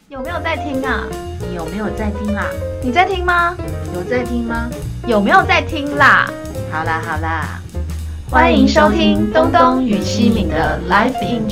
有没有在听啊？ 你有没有在听啦？ 你在听吗？ 有在听吗？ 有没有在听啦？ 好啦好啦， 欢迎收听东东与西敏的 Life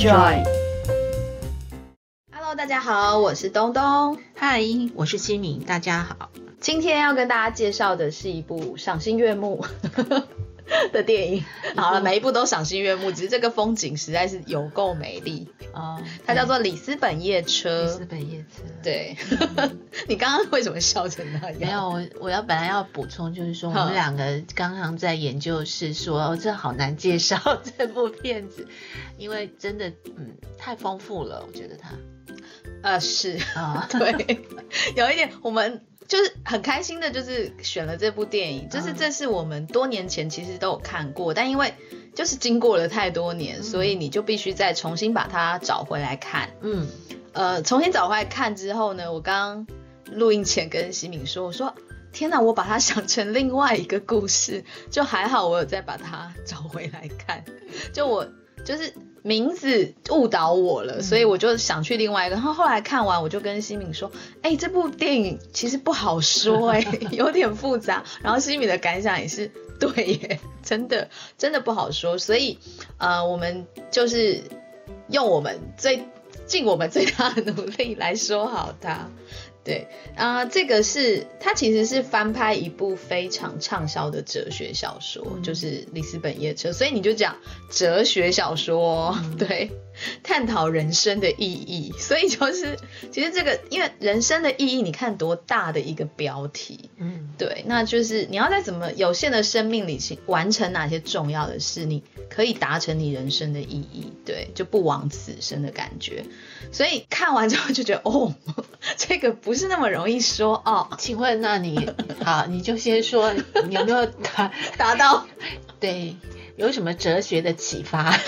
Enjoy。Hello， 大家好，我是东东。 嗨，我是西敏，大家好。 今天要跟大家介绍的是一部赏心悦目的电影。好了，每一部都赏心悦目，只是这个风景实在是有够美丽哦。它叫做《里斯本夜车》。 里斯本夜车。 对，你刚刚为什么笑成那样？ 没有，我本来要补充，就是说我们两个刚刚在研究室说，这好难介绍这部片子，因为真的太丰富了，我觉得它。 是啊，对，有一点我们。就是很开心的，就是选了这部电影，就是这是我们多年前其实都有看过，但因为就是经过了太多年，所以你就必须再重新把它找回来看。重新找回来看之后呢，我刚录音前跟西敏说，我说天哪，我把它想成另外一个故事，就还好我有再把它找回来看，就是名字误导我了，所以我就想去另外一个。然后后来看完，我就跟西敏说：“这部电影其实不好说，有点复杂。”然后西敏的感想也是对耶，真的不好说。所以我们就是用我们尽我们最大的努力来说好它。对这个它其实是翻拍一部非常畅销的哲学小说，就是《里斯本夜车》，所以你就讲哲学小说，对，探讨人生的意义。所以就是其实这个因为人生的意义，你看多大的一个标题，对，那就是你要在怎么有限的生命里完成哪些重要的事，你可以达成你人生的意义，对，就不枉此生的感觉。所以看完之后就觉得这个不是那么容易说哦。 请问那你好，你就先说你有没有达到对有什么哲学的启发？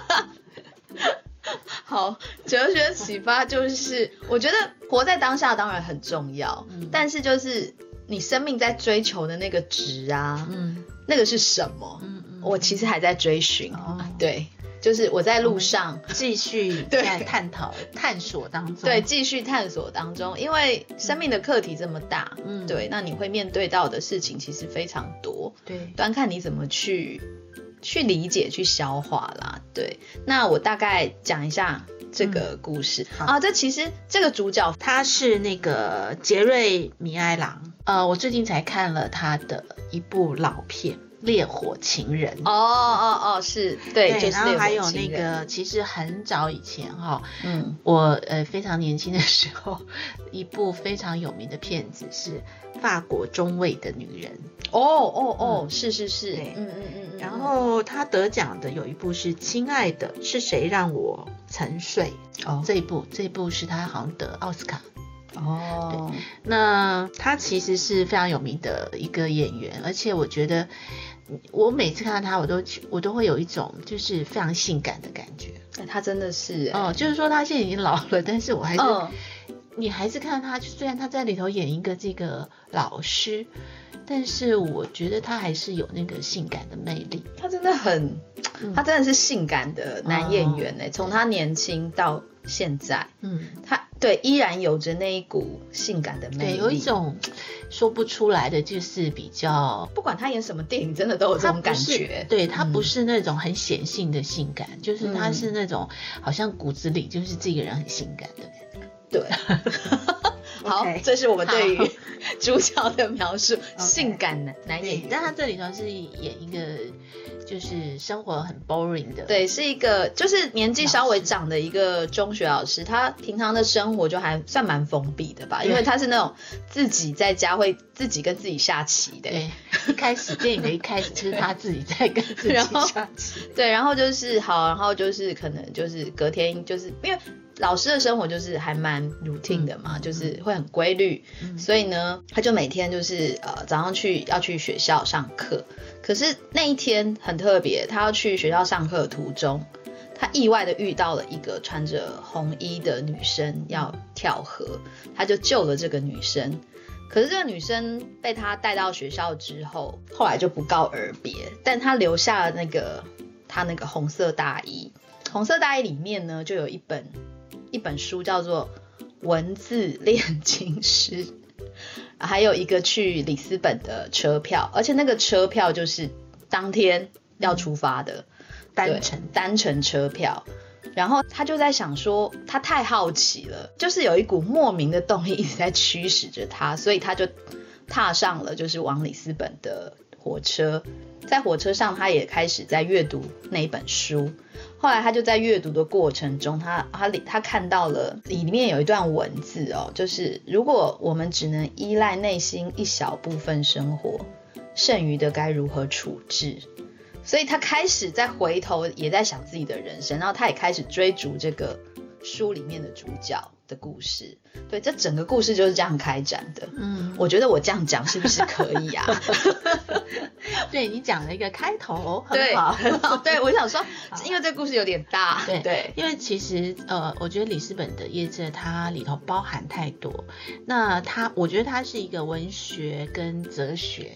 好，哲学启发就是我觉得活在当下当然很重要，但是就是你生命在追求的那个值啊，那个是什么？我其实还在追寻，对。就是我在路上继续在探索当中， 对，继续探索当中，因为生命的课题这么大，对，那你会面对到的事情其实非常多，对，端看你怎么去理解、去消化啦，对。那我大概讲一下这个故事这其实这个主角他是那个杰瑞米埃朗，我最近才看了他的一部老片。烈火情人是对，就是然后还有那个其实很早以前我非常年轻的时候，一部非常有名的片子是法国中尉的女人是对然后他得奖的有一部是亲爱的是谁让我沉睡这一部是他好像得奥斯卡对，那他其实是非常有名的一个演员，而且我觉得我每次看到他我都会有一种就是非常性感的感觉。 他真的是就是说他现在已经老了，但是我还是你还是看到他，虽然他在里头演一个这个老师，但是我觉得他还是有那个性感的魅力。 他真的他真的是性感的男演员从他年轻到现在他对依然有着那一股性感的魅力， 对，有一种说不出来的，就是比较不管他演什么电影真的都有这种感觉。 对，他不是那种很显性的性感，就是他是那种好像骨子里就是这个人很性感的。 对好这是我们对于主角的描述性感男演员。 但他这里头是演一个就是生活很 boring 的， 对，是一个就是年纪稍微长的一个中学老师，他平常的生活就还算蛮封闭的吧，因为他是那种自己在家会自己跟自己下棋的。 对，电影的一开始就是他自己在跟自己下棋对，然后就是然后就是可能就是隔天就是因为老师的生活就是还蛮 routine 的嘛，就是会很规律，所以呢他就每天就是早上要去学校上课。可是那一天很特别，他要去学校上课的途中，他意外的遇到了一个穿着红衣的女生要跳河，他就救了这个女生。可是这个女生被他带到学校之后，后来就不告而别，但他留下了他那个红色大衣。红色大衣里面呢就有一本书叫做文字炼金师，还有一个去里斯本的车票，而且那个车票就是当天要出发的单程车票。然后他就在想说，他太好奇了，就是有一股莫名的动力一直在驱使着他，所以他就踏上了就是往里斯本的火车。在火车上他也开始在阅读那一本书，后来他就在阅读的过程中，他看到了里面有一段文字哦，就是如果我们只能依赖内心一小部分生活，剩余的该如何处置。所以他开始再回头也在想自己的人生，然后他也开始追逐这个书里面的主角的故事。对，这整个故事就是这样开展的。我觉得我这样讲是不是可以啊？ 对，你讲了一个开头，很好， 很好。对，我想说，因为这个故事有点大。对， 因为其实我觉得里斯本的夜镇它里头包含太多。那我觉得它是一个文学跟哲学，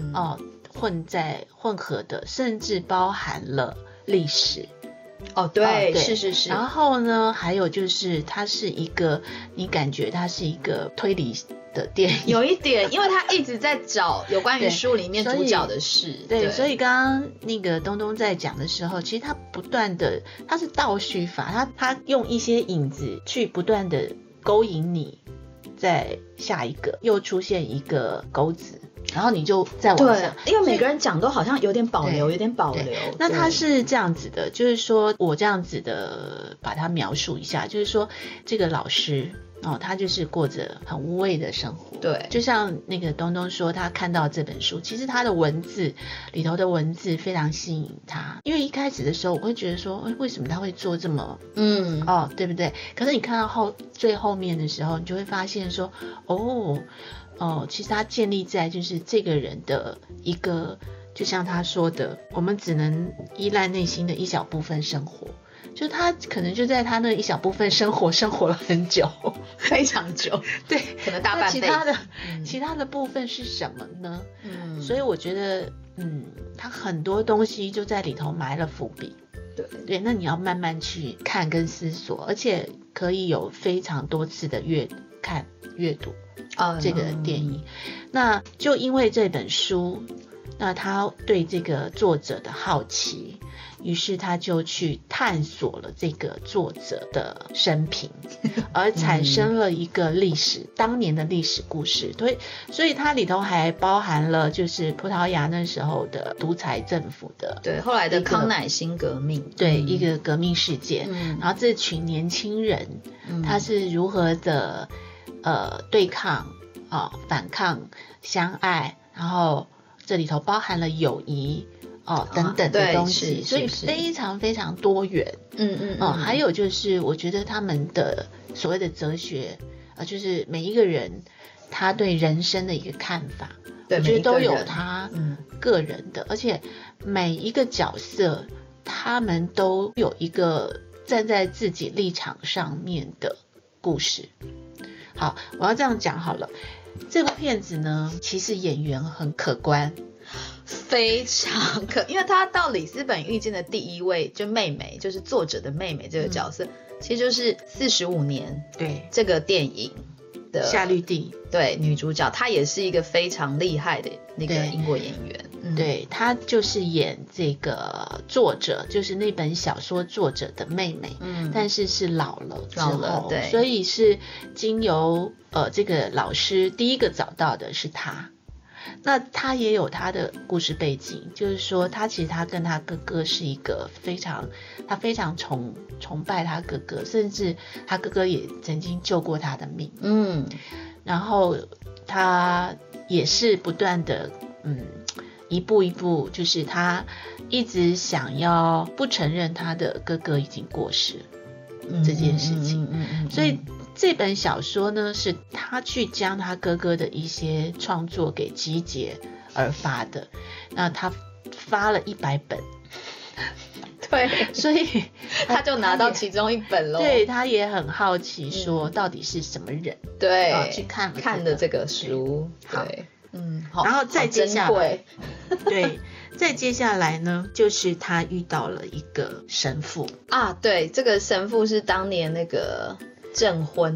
混合的，甚至包含了历史。 对，是。 然后呢，还有就是它是一个，你感觉它是一个推理的电影， 有一点，因为他一直在找有关于书里面主角的事。 对，所以刚刚那个东东在讲的时候，其实他不断的，他是倒叙法，他用一些影子去不断的勾引你，在下一个又出现一个钩子。然后你就再往下， 因为每个人讲都好像有点保留。 那他是这样子的，就是说我这样子的把它描述一下，就是说这个老师他就是过着很无畏的生活。 对， 就像那个东东说，他看到这本书，其实他的文字里头的文字非常吸引他，因为一开始的时候我会觉得说，为什么他会做这么对不对？可是你看到最后面的时候，你就会发现说，其实他建立在就是这个人的一个，就像他说的，我们只能依赖内心的一小部分生活，就他可能就在他那一小部分生活了很久， 非常久， 对， 可能大半辈子。 其他的部分是什么呢？所以我觉得他很多东西就在里头埋了伏笔。对，那你要慢慢去看跟思索，而且可以有非常多次的阅读这个电影。那就因为这本书，那他对这个作者的好奇，于是他就去探索了这个作者的生平，而产生了一个当年的历史故事。对，所以它里头还包含了就是葡萄牙那时候的独裁政府的， 对，后来的康乃馨革命， 对，一个革命事件。然后这群年轻人，他是如何的对抗反抗、相爱，然后这里头包含了友谊等等的东西，所以非常非常多元。还有就是我觉得他们的所谓的哲学就是每一个人他对人生的一个看法，我觉得都有他个人的，而且每一个角色他们都有一个站在自己立场上面的故事。好，我要这样讲好了。这部片子呢，其实演员很可观， 非常因为他到里斯本遇见的第一位就妹妹，就是作者的妹妹这个角色，其实就是45年对这个电影的夏绿蒂， 对，女主角，她也是一个非常厉害的那个英国演员。 对，她就是演这个作者，就是那本小说作者的妹妹，但是是老了之后， 对， 所以是经由这个老师第一个找到的是她。那他也有他的故事背景，就是说他其实他跟他哥哥是一个他非常崇拜他哥哥，甚至他哥哥也曾经救过他的命。然后他也是不断的一步一步，就是他一直想要不承认他的哥哥已经过世这件事情。所以这本小说呢，是他去将他哥哥的一些创作给集结而发的。那他发了100本， 对， 所以他就拿到其中一本咯。 对，他也很好奇说到底是什么人， 对， 去看的这个书。对， 然后再接下来，对，再接下来呢，就是他遇到了一个神父啊，对，这个神父是当年那个证婚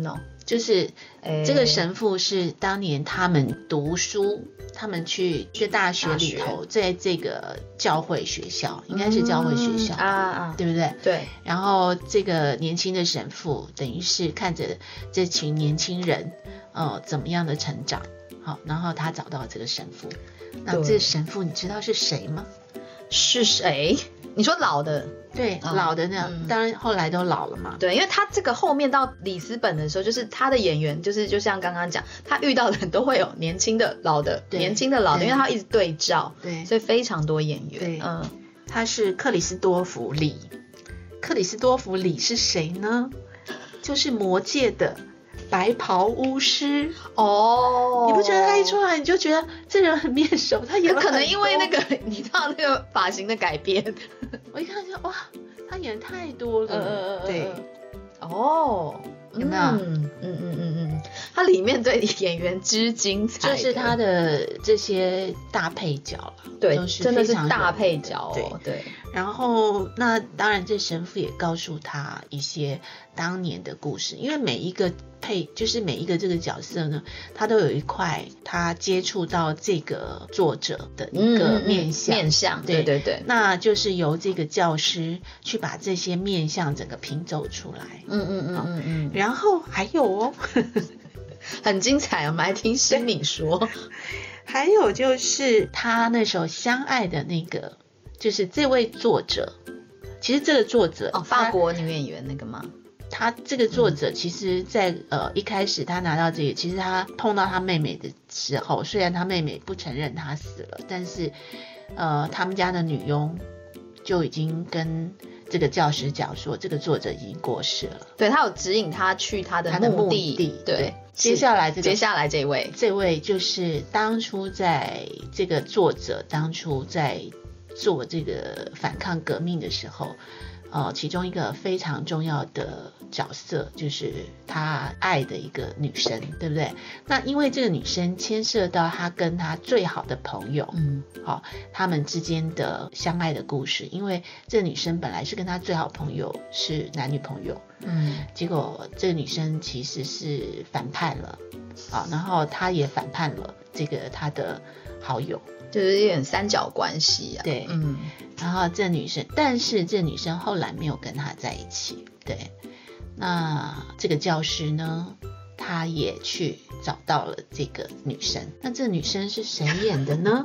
就是这个神父是当年他们读书，他们去一个大学里头，在这个教会学校，应该是教会学校对不对？ 对。 然后这个年轻的神父等于是看着这群年轻人怎么样的成长，好，然后他找到这个神父。那这个神父你知道是谁吗？ 是谁？你说老的？ 对，老的那当然后来都老了嘛。 对，因为他这个后面到里斯本的时候，就是他的演员，就是就像刚刚讲，他遇到的都会有年轻的、老的，年轻的、老的，因为他一直对照， 对， 所以非常多演员。 对，他是克里斯多弗李。克里斯多弗李是谁呢？就是魔戒的白袍巫师你不觉得他一出来你就觉得这人很面熟？他演了可能因为那个你知道那个发型的改编， 我一看就哇，他演太多了。对，有没有？ 他里面对演员之精彩， 就是他的这些大配角了， 对， 真的是大配角对。 然后那当然这神父也告诉他一些当年的故事，因为每一个就是每一个这个角色呢，他都有一块他接触到这个作者的一个面向， 对， 那就是由这个教师去把这些面向整个拼凑出来。然后还有很精彩我们来听诗敏说。 还有就是他那时候相爱的那个，就是这位作者，其实这个作者法国女演员那个吗？ 他这个作者其实在一开始他拿到这个，其实他碰到他妹妹的时候，虽然他妹妹不承认他死了，但是他们家的女佣就已经跟这个教师讲说这个作者已经过世了。 对，他有指引他去他的目的。对， 接下来这位就是当初在这个作者当初在做这个反抗革命的时候，其中一个非常重要的角色就是他爱的一个女生，对不对？那因为这个女生牵涉到他跟他最好的朋友，他们之间的相爱的故事。因为这个女生本来是跟他最好朋友是男女朋友，结果这个女生其实是反叛了，然后他也反叛了这个他的好友， 就是有点三角关系啊。 对，然后但是这女生后来没有跟他在一起。对，那这个教师呢，他也去找到了这个女生。那这女生是谁演的呢？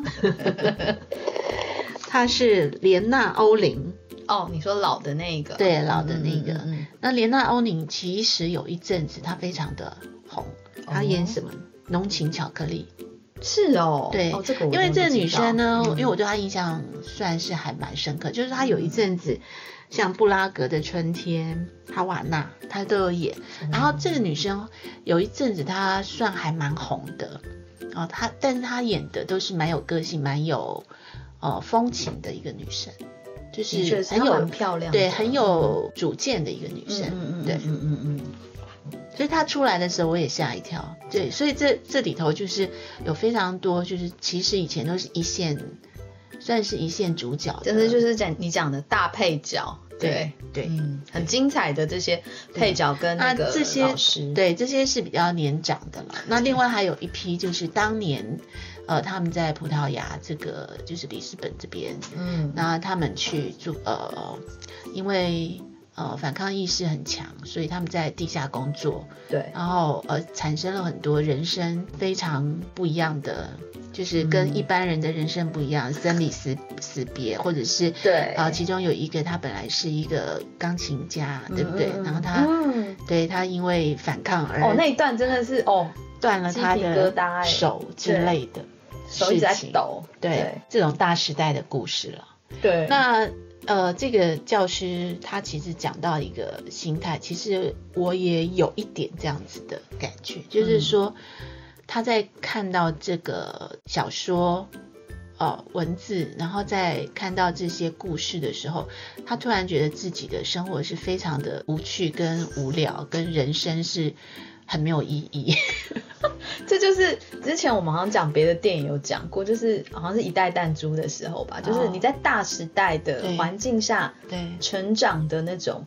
她是莲娜·欧林。 你说老的那个？ 对，老的那个。那莲娜·欧林其实有一阵子她非常的红，她演什么？浓情巧克力。 是对， 这个因为这个女生呢，因为我对她印象算是还蛮深刻，就是她有一阵子像布拉格的春天、哈瓦那她都有演，然后这个女生有一阵子她算还蛮红的但是她演的都是蛮有个性、蛮有风情的一个女生，就是很漂亮， 对，很有主见的一个女生。对，所以他出来的时候我也吓一跳。对，所以这里头就是有非常多，就是其实以前都是算是一线主角的， 真的就是你讲的大配角。 对， 很精彩的这些配角跟那个老师。 对，这些是比较年长的了。那另外还有一批就是当年他们在葡萄牙这个就是里斯本这边，那他们去住因为反抗意识很强，所以他们在地下工作， 对， 然后产生了很多人生非常不一样的，就是跟一般人的人生不一样，生离死别，或者是对其中有一个他本来是一个钢琴家，对不对？然后他对他因为反抗而那一段真的是断了他的手之类的， 手一直在抖。 对，这种大时代的故事了。 对， 那这个教师他其实讲到一个心态，其实我也有一点这样子的感觉，就是说他在看到这个小说文字，然后在看到这些故事的时候，他突然觉得自己的生活是非常的无趣跟无聊，跟人生是很没有意义。 这就是之前我们好像讲别的电影有讲过，就是好像是一代弹珠的时候吧，就是你在大时代的环境下成长的那种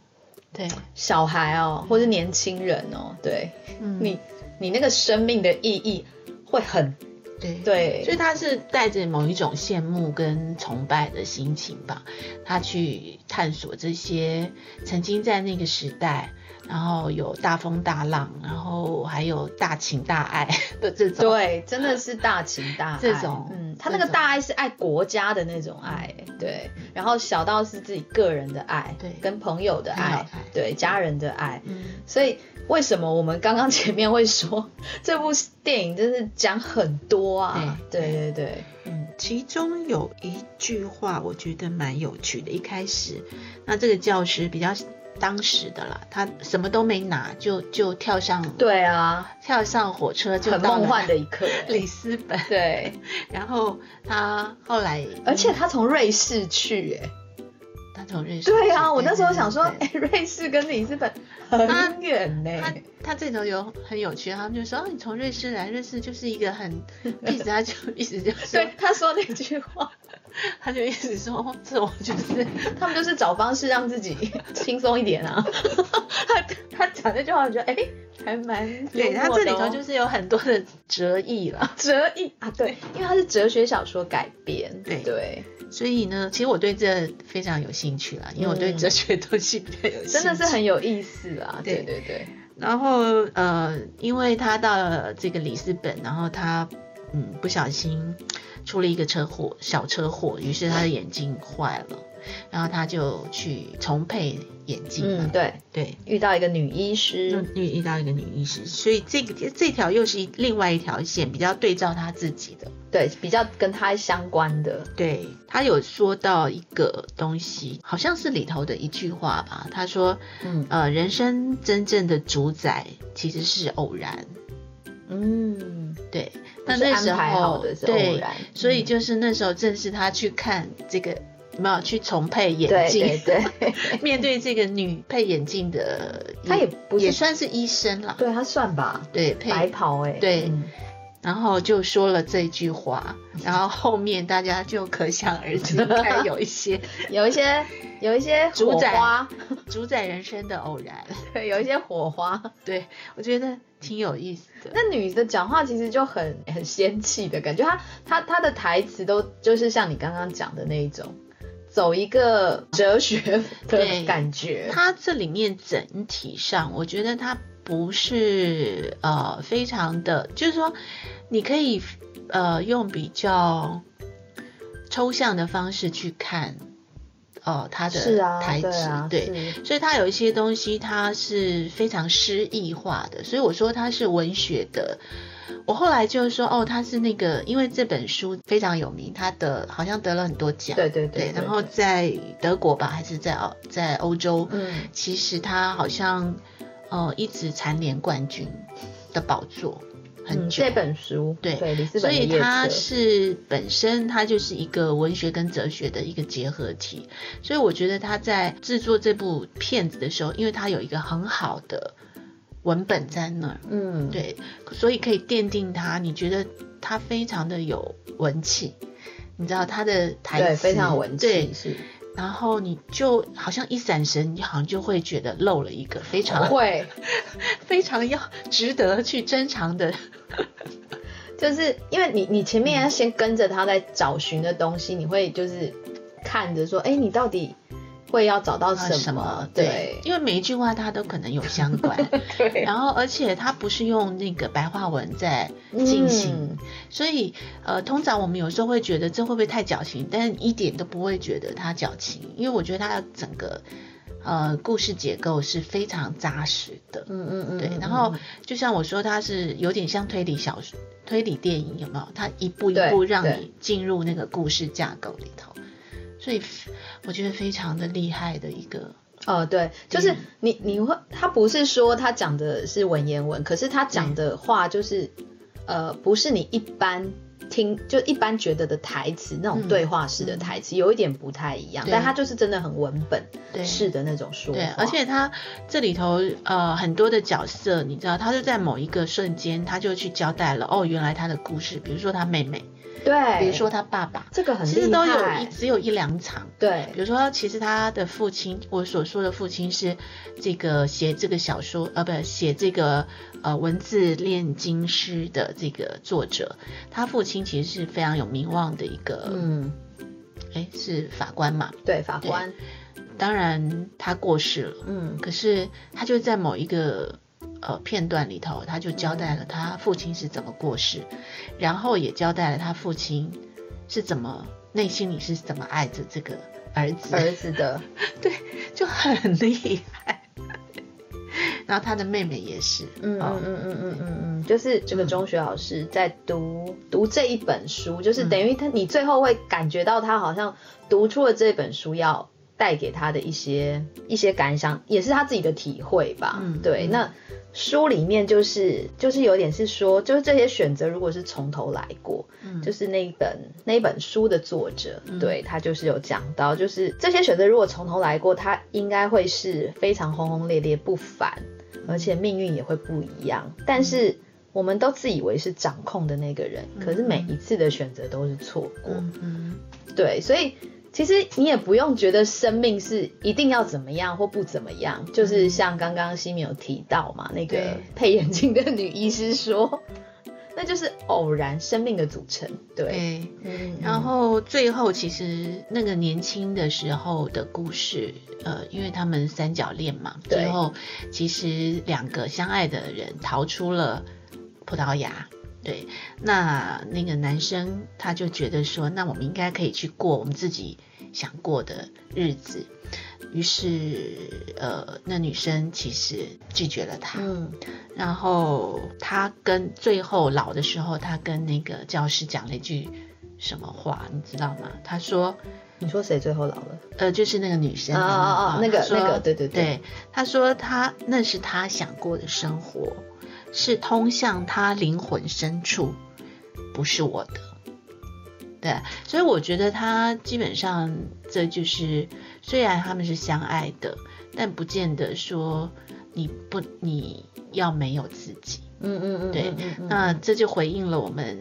对， 小孩哦，或是年轻人哦，对，你那个生命的意义会很。对， 所以他是带着某一种羡慕跟崇拜的心情吧，他去探索这些曾经在那个时代，然后有大风大浪，然后还有大情大爱的这种。 对，真的是大情大爱。 这种， 他那个大爱是爱国家的那种爱，对，然后小到是自己个人的爱，对，跟朋友的爱，对，家人的爱，所以。为什么我们刚刚前面会说这部电影真是讲很多啊？对， 其中有一句话我觉得蛮有趣的。一开始，那这个教师比较当时的啦，他什么都没拿就跳上， 对啊， 跳上火车就很梦幻的一刻， 里斯本。 对， 然后他后来， 而且他从瑞士去， 他从瑞士。 对啊，我那时候想说，瑞士跟里斯本很远呢。 他这头有很有趣，他们就说，你从瑞士来，瑞士就是一个很，意思他就意思就是， 对，他说那句话， 他就意思说，这种就是他们就是找方式让自己轻松一点啊。他讲这句话，我觉得还蛮对，他这里头就是有很多的哲意了， 哲意啊，对，因为它是哲学小说改编，对。 所以呢，其实我对这非常有兴趣啦，因为我对哲学东西比较有兴趣， 真的是很有意思啊。对。 然后因为他到了这个里斯本，然后他不小心出了一个小车祸，于是他的眼睛坏了，然后他就去重配眼镜。对， 遇到一个女医师， 所以这条又是另外一条线，比较对照他自己的。 对，比较跟他相关的。 对，他有说到一个东西，好像是里头的一句话吧。他说，人生真正的主宰其实是偶然。对，那时候对，所以就是那时候正是他去看这个。没有去重配眼镜， 对， 面对这个女配眼镜的， 他也算是医生啦， 对他算吧， 对， 白袍对，然后就说了这句话，然后后面大家就可想而知，应该有一些火花， 主宰人生的偶然， 对，有一些火花， 对，我觉得挺有意思的。 那女的讲话其实就很仙气的感觉，她的台词都就是像你刚刚讲的那一种。走一个哲学的感觉， 它这里面整体上，我觉得它不是非常的，就是说你可以用比较抽象的方式去看它的台词，对，所以它有一些东西它是非常诗意化的，所以我说它是文学的。我后来就是说，他是那个，因为这本书非常有名，他好像得了很多奖， 对， 然后在德国吧，还是在欧洲，其实他好像一直蝉联冠军的宝座很久。 这本书， 对， 里斯本的夜车， 所以它是本身它就是一个文学跟哲学的一个结合体，所以我觉得他在制作这部片子的时候，因为他有一个很好的文本在那儿，对，所以可以奠定他，你觉得他非常的有文气，你知道他的台词对非常有文气， 对，是，然后你就好像一闪神，你好像就会觉得漏了一个非常非常要值得去珍藏的， 就是因为你前面要先跟着他在找寻的东西，你会就是看着说，你到底会要找到什么？对， 因为每一句话它都可能有相关， 对。 然后而且它不是用那个白话文在进行，所以通常我们有时候会觉得这会不会太矫情，但一点都不会觉得它矫情，因为我觉得它整个故事结构是非常扎实的，对。然后就像我说，它是有点像推理电影，有没有？它一步一步让你进入那个故事架构里头。所以我觉得非常的厉害的一个对，就是你会，他不是说他讲的是文言文，可是他讲的话就是不是你一般觉得的台词那种对话式的台词，有一点不太一样，但他就是真的很文本式的那种说话。 对，而且他这里头很多的角色，你知道，他就在某一个瞬间他就去交代了，原来他的故事，比如说他妹妹。 对， 比如说他爸爸， 这个很厉害， 其实都只有1-2场。 对， 比如说其实他的父亲，我所说的父亲是这个写这个小说写这个文字炼金师的这个作者，他父亲其实是非常有名望的一个是法官嘛？ 对，法官。 当然他过世了，可是他就在某一个片段里头，他就交代了他父亲是怎么过世，然后也交代了他父亲是怎么内心里是怎么爱着这个儿子的， 对，就很厉害。然后他的妹妹也是， 就是这个中学老师在读这一本书，就是等于你最后会感觉到他好像读出了这本书要带给他的一些感想，也是他自己的体会吧。对，那书里面就是有点是说，就是这些选择如果是从头来过，就是那一本书的作者，对，他就是有讲到，就是这些选择如果从头来过，他应该会是非常轰轰烈烈不凡，而且命运也会不一样。但是我们都自以为是掌控的那个人，可是每一次的选择都是错过。对，所以其实你也不用觉得生命是一定要怎么样或不怎么样，就是像刚刚西米有提到嘛，那个配眼镜的女医师说，那就是偶然生命的组成。对， 然后最后其实那个年轻的时候的故事，因为他们三角恋嘛，最后其实2个相爱的人逃出了葡萄牙。对，那个男生他就觉得说，那我们应该可以去过我们自己想过的日子，于是那女生其实拒绝了他。然后他最后老的时候，他跟那个教师讲了一句什么话，你知道吗？他说， 你说谁最后老了？ 就是那个女生那个对， 他说那是他想过的生活，是通向他灵魂深处，不是我的。对，所以我觉得他基本上这就是虽然他们是相爱的，但不见得说你要没有自己。对，那这就回应了我们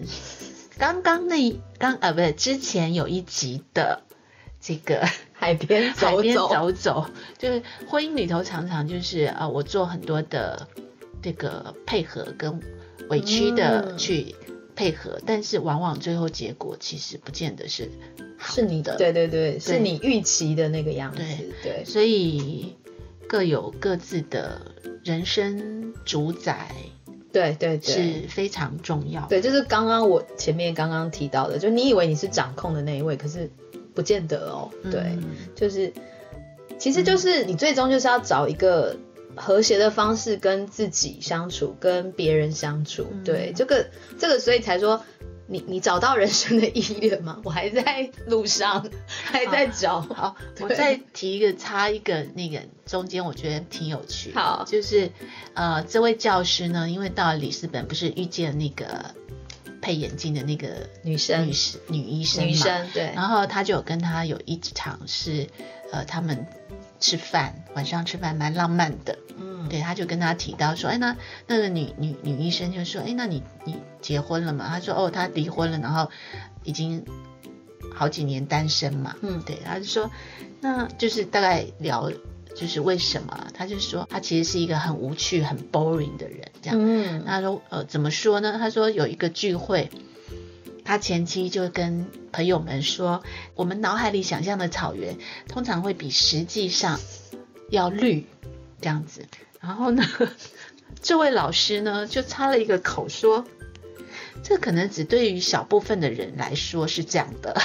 之前有一集的这个海边走走，就是婚姻里头常常就是我做很多的这个配合跟委屈的去配合，但是往往最后结果其实不见得是好的。 是你的，对，是你预期的那个样子。对， 所以各有各自的人生主宰。 对， 是非常重要的。 对，就是我前面刚刚提到的，就你以为你是掌控的那一位，可是不见得哦。对，就是其实就是你最终就是要找一个和谐的方式跟自己相处，跟别人相处。对，这个所以才说你找到人生的意义了吗？我还在路上，还在找。 好，我再插一个那个中间我觉得挺有趣的。 好， 就是这位教师呢，因为到了里斯本不是遇见那个配眼镜的那个女医生嘛， 对， 然后他就跟他有一场是他们晚上吃饭蛮浪漫的。对，他就跟他提到说，那个女医生就说，那你结婚了吗？他说他离婚了，然后已经好几年单身嘛。对，他就说那就是大概聊就是为什么，他就说他其实是一个很无趣很 boring 的人这样。他说怎么说呢？他说有一个聚会，他前妻就跟朋友们说，我们脑海里想象的草原通常会比实际上要绿这样子。然后呢，这位老师呢就插了一个口说，这可能只对于小部分的人来说是这样的。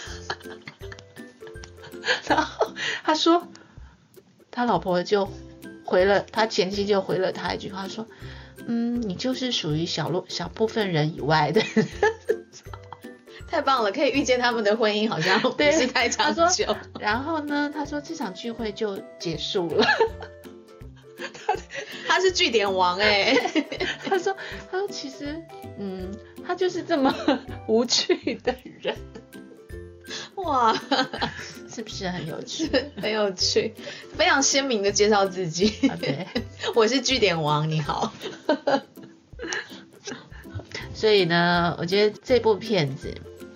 然后他说他老婆就回了，他前妻就回了他一句话说，你就是属于小部分人以外的。 太棒了，可以预见他们的婚姻好像不是太长久。 然后呢，他说这场聚会就结束了。 他是句点王他说其实他就是这么无趣的人。 哇， 是不是很有趣？ 很有趣，非常鲜明的介绍自己。 对， 我是句点王，你好。 所以呢，我觉得这部片子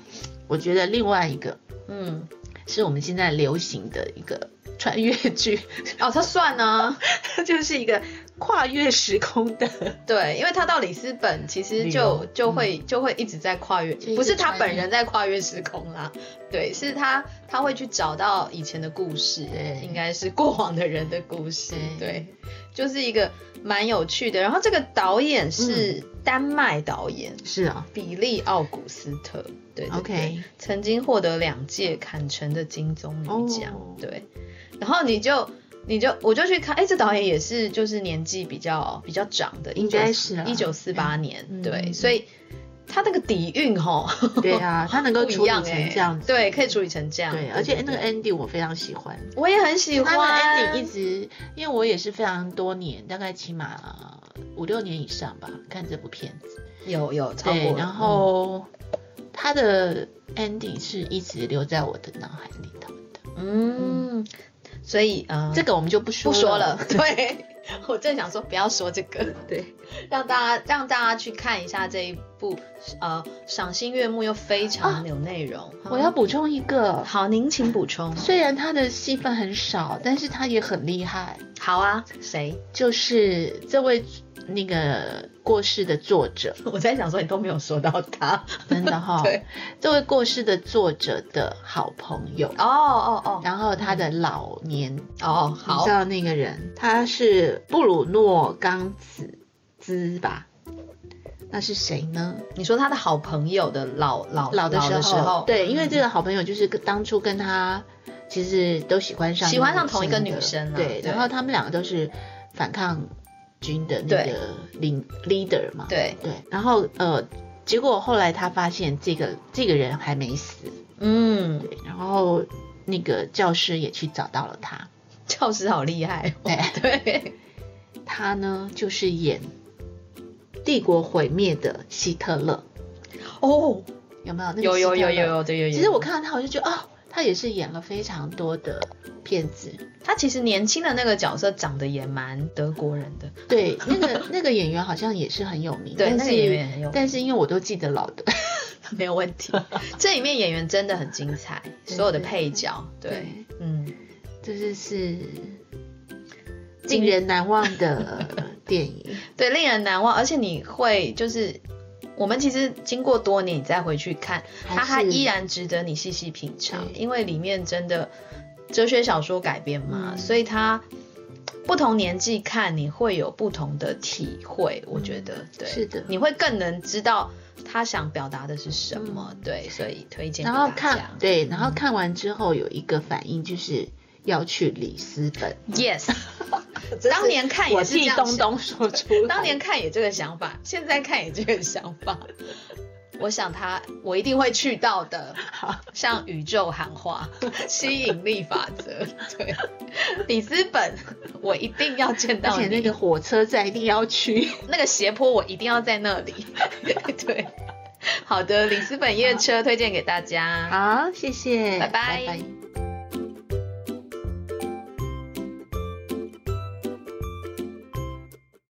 我觉得另外一个，是我们现在流行的一个穿越剧。 哦，它算啊， 它就是一个跨越时空的。 对，因为他到里斯本其实就会一直在跨越，不是他本人在跨越时空啦，对，是他会去找到以前的故事，应该是过往的人的故事，对，就是一个蛮有趣的。然后这个导演是丹麦导演，是啊，比利·奥古斯特，对 ，OK， 曾经获得2届坎城的金棕榈奖，对，然后我就去看，这导演也是就是年纪比较长的， 应该是 1948年，对，所以他那个底蕴对啊，他能够处理成这样子， 对，可以处理成这样， 对，而且那个 ending 我非常喜欢， 我也很喜欢， 他的 ending 一直，因为我也是非常多年，大概起码5-6年以上吧，看这部片子， 有超过， 然后他的 ending 是一直留在我的脑海里头的， 所以这个我们就不说了。 对，我正想说不要说这个， 对， 让大家去看一下这一部赏心悦目又非常有内容。 我要补充一个， 好，您请补充。 虽然他的戏份很少，但是他也很厉害。 好啊，谁？ 就是这位那个过世的作者。 我在想说你都没有说到他， 真的哈。对，这位过世的作者的好朋友。然后他的老年好， 你知道那个人，他是布鲁诺·冈子兹吧？那是谁呢？ 你说他的好朋友的老的时候， 对，因为这个好朋友就是当初跟他其实都喜欢上同一个女生， 对，然后他们两个都是反抗军的那个leader 嘛， 对， 然后结果后来他发现这个人还没死，对，然后那个教师也去找到了他， 教师好厉害，对， 他呢就是演帝国毁灭的希特勒，有没有？那个有。 其实我看到他，我就觉得他也是演了非常多的片子。 他其实年轻的那个角色长得也蛮德国人的。 对，那个演员好像也是很有名。 对，那个演员很有名。 但是因为我都记得老的， 没有问题。这里面演员真的很精彩，所有的配角，对， 这是令人难忘的电影。 对，令人难忘，而且你会就是我们其实经过多年你再回去看，它还依然值得你细细品尝，因为里面真的哲学小说改编嘛，所以它不同年纪看你会有不同的体会，我觉得对， 是的， 你会更能知道他想表达的是什么，对，所以推荐给大家。 然后看完之后有一个反应就是要去里斯本。 Yes 当年看也是这样想， 我替东东说出来， 当年看也这个想法，现在看也这个想法。我想我一定会去到的，向宇宙喊话，吸引力法则，对，里斯本我一定要见到你， 而且那个火车站一定要去， 那个斜坡我一定要在那里，对，好的，里斯本夜车推荐给大家， 好，谢谢， 拜拜。 拜拜。